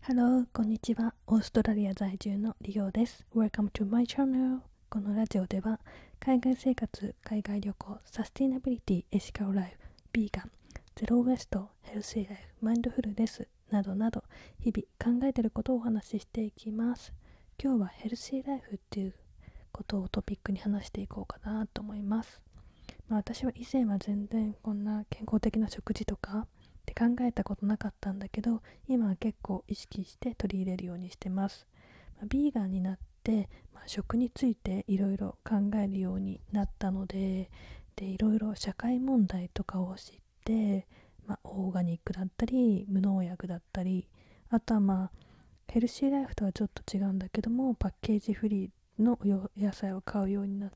Hello、こんにちは。オーストラリア在住のリオです。Welcome to my channel。このラジオでは、海外生活、海外旅行、サスティナビリティ、エシカルライフ、ビーガン、ゼロウエスト、ヘルシーライフ、マインドフルネスなどなど、日々考えていることをお話ししていきます。今日はヘルシーライフっていうことをトピックに話していこうかなと思います。私は以前は全然こんな健康的な食事とかって考えたことなかったんだけど、今は結構意識して取り入れるようにしてます。ビーガンになって、食についていろいろ考えるようになったので、いろいろ社会問題とかを知って、オーガニックだったり無農薬だったり、あとはヘルシーライフとはちょっと違うんだけども、パッケージフリーの野菜を買うようになって、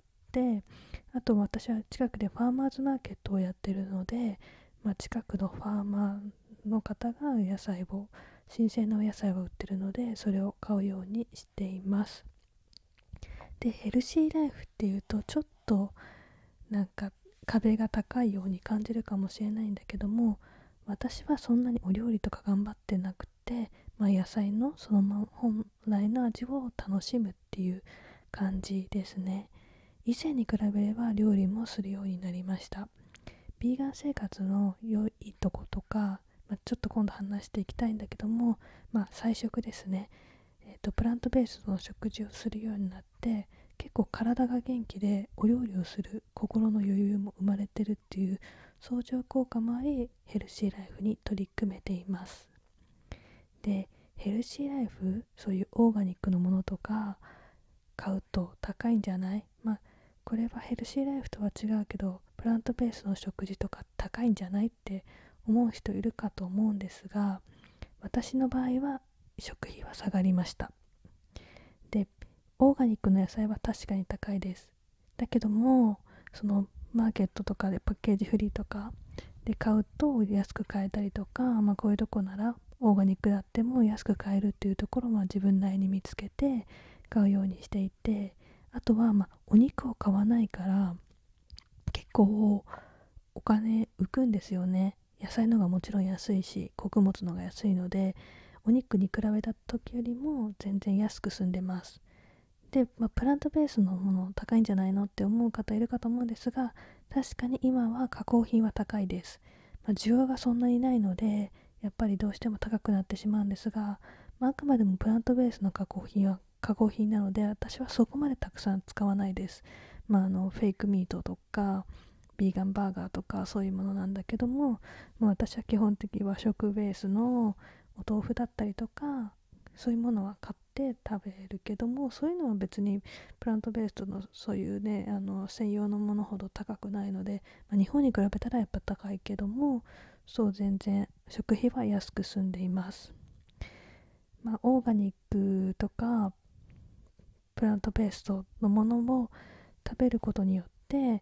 あと私は近くでファーマーズマーケットをやってるので、近くのファーマーの方が新鮮なお野菜を売ってるので、それを買うようにしています。で、ヘルシーライフっていうとちょっとなんか壁が高いように感じるかもしれないんだけども、私はそんなにお料理とか頑張ってなくて、野菜のそのまま本来の味を楽しむっていう感じですね。以前に比べれば料理もするようになりました。ビーガン生活の良いとことか、ちょっと今度話していきたいんだけども、菜食ですね。プラントベースの食事をするようになって、結構体が元気でお料理をする心の余裕も生まれてるっていう相乗効果もあり、ヘルシーライフに取り組めています。で、ヘルシーライフ、そういうオーガニックのものとか買うと高いんじゃない？これはヘルシーライフとは違うけど、プラントベースの食事とか高いんじゃないって思う人いるかと思うんですが、私の場合は食費は下がりました。で、オーガニックの野菜は確かに高いです。だけども、そのマーケットとかでパッケージフリーとかで買うと安く買えたりとか、こういうとこならオーガニックだっても安く買えるっていうところは自分なりに見つけて買うようにしていて、あとはお肉を買わないから結構お金浮くんですよね。野菜の方がもちろん安いし、穀物の方が安いので、お肉に比べた時よりも全然安く済んでます。で、プラントベースのもの高いんじゃないのって思う方いるかと思うんですが、確かに今は加工品は高いです。需要がそんなにないので、やっぱりどうしても高くなってしまうんですが、あくまでもプラントベースの加工品は加工品なので、私はそこまでたくさん使わないです。フェイクミートとかビーガンバーガーとかそういうものなんだけども、私は基本的に和食ベースのお豆腐だったりとか、そういうものは買って食べるけども、そういうのは別にプラントベースのそういうね、専用のものほど高くないので、日本に比べたらやっぱ高いけども、そう全然食費は安く済んでいます。オーガニックとかプラントベースのものを食べることによって、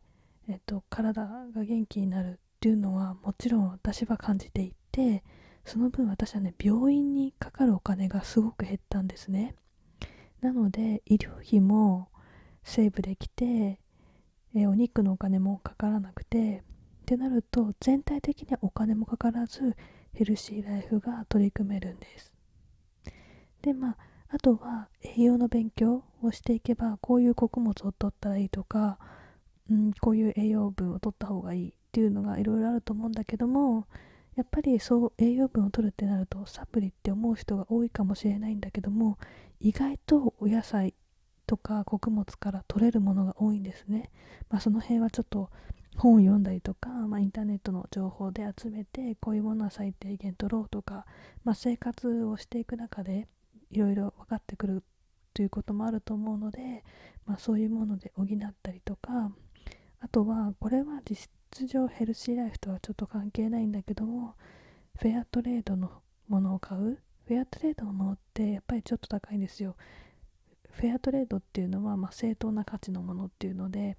体が元気になるっていうのはもちろん私は感じていて、その分私はね、病院にかかるお金がすごく減ったんですね。なので医療費もセーブできて、お肉のお金もかからなくてってなると、全体的にはお金もかからずヘルシーライフが取り組めるんです。で、あとは栄養の勉強をしていけば、こういう穀物を取ったらいいとか、こういう栄養分を取った方がいいっていうのがいろいろあると思うんだけども、やっぱりそう栄養分を取るってなるとサプリって思う人が多いかもしれないんだけども、意外とお野菜とか穀物から取れるものが多いんですね。その辺はちょっと本を読んだりとか、インターネットの情報で集めて、こういうものは最低限取ろうとか、生活をしていく中でいろいろ分かってくるということもあると思うので、そういうもので補ったりとか、あとはこれは実質上ヘルシーライフとはちょっと関係ないんだけども、フェアトレードのものを買う。フェアトレードのものってやっぱりちょっと高いんですよ。フェアトレードっていうのは、正当な価値のものっていうので、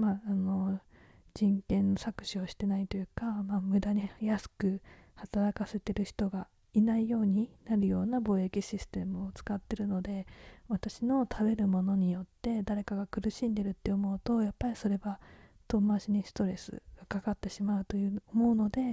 人権搾取をしてないというか、無駄に安く働かせてる人がいないようになるような貿易システムを使ってるので、私の食べるものによって誰かが苦しんでるって思うと、やっぱりそれは遠回しにストレスがかかってしまうという思うので、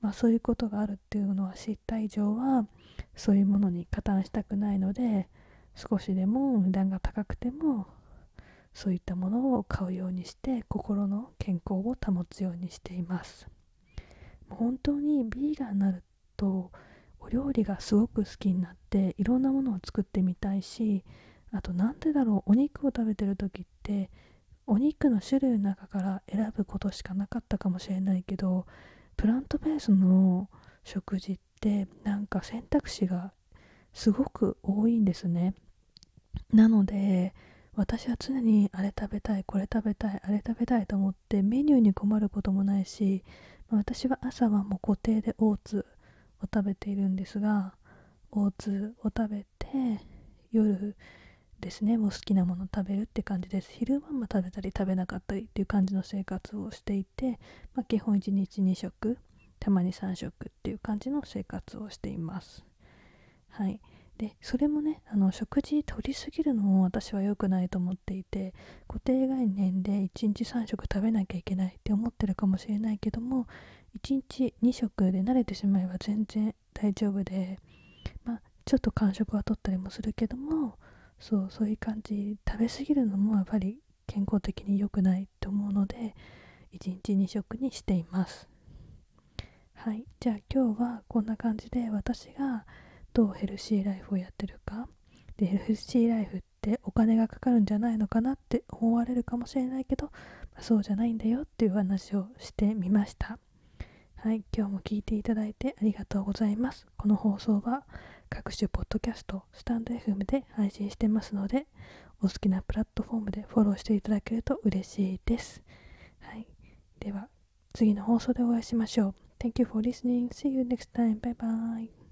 そういうことがあるっていうのは知った以上はそういうものに加担したくないので、少しでも値段が高くてもそういったものを買うようにして心の健康を保つようにしています。本当にビーガンになるとお料理がすごく好きになっていろんなものを作ってみたいし、あとなんでだろう、お肉を食べてる時ってお肉の種類の中から選ぶことしかなかったかもしれないけど、プラントベースの食事ってなんか選択肢がすごく多いんですね。なので私は常にあれ食べたい、これ食べたい、あれ食べたいと思ってメニューに困ることもないし、私は朝はもう固定でオーツを食べているんですが、オーツを食べて夜ですね、もう好きなものを食べるって感じです。昼間も食べたり食べなかったりっていう感じの生活をしていて、基本1日2食、たまに3食っていう感じの生活をしています。はい。でそれもね、食事取りすぎるのも私は良くないと思っていて、固定概念で1日3食食べなきゃいけないって思ってるかもしれないけども、1日2食で慣れてしまえば全然大丈夫で、ちょっと間食は取ったりもするけども、そういう感じ、食べ過ぎるのもやっぱり健康的に良くないと思うので1日2食にしています。はい。じゃあ今日はこんな感じで私がどうヘルシーライフをやってるかで、ヘルシーライフってお金がかかるんじゃないのかなって思われるかもしれないけど、そうじゃないんだよっていう話をしてみました。はい。今日も聞いていただいてありがとうございます。この放送は各種ポッドキャスト、スタンド FM で配信してますので、お好きなプラットフォームでフォローしていただけると嬉しいです。はい。では次の放送でお会いしましょう。Thank you for listening. See you next time. Bye bye.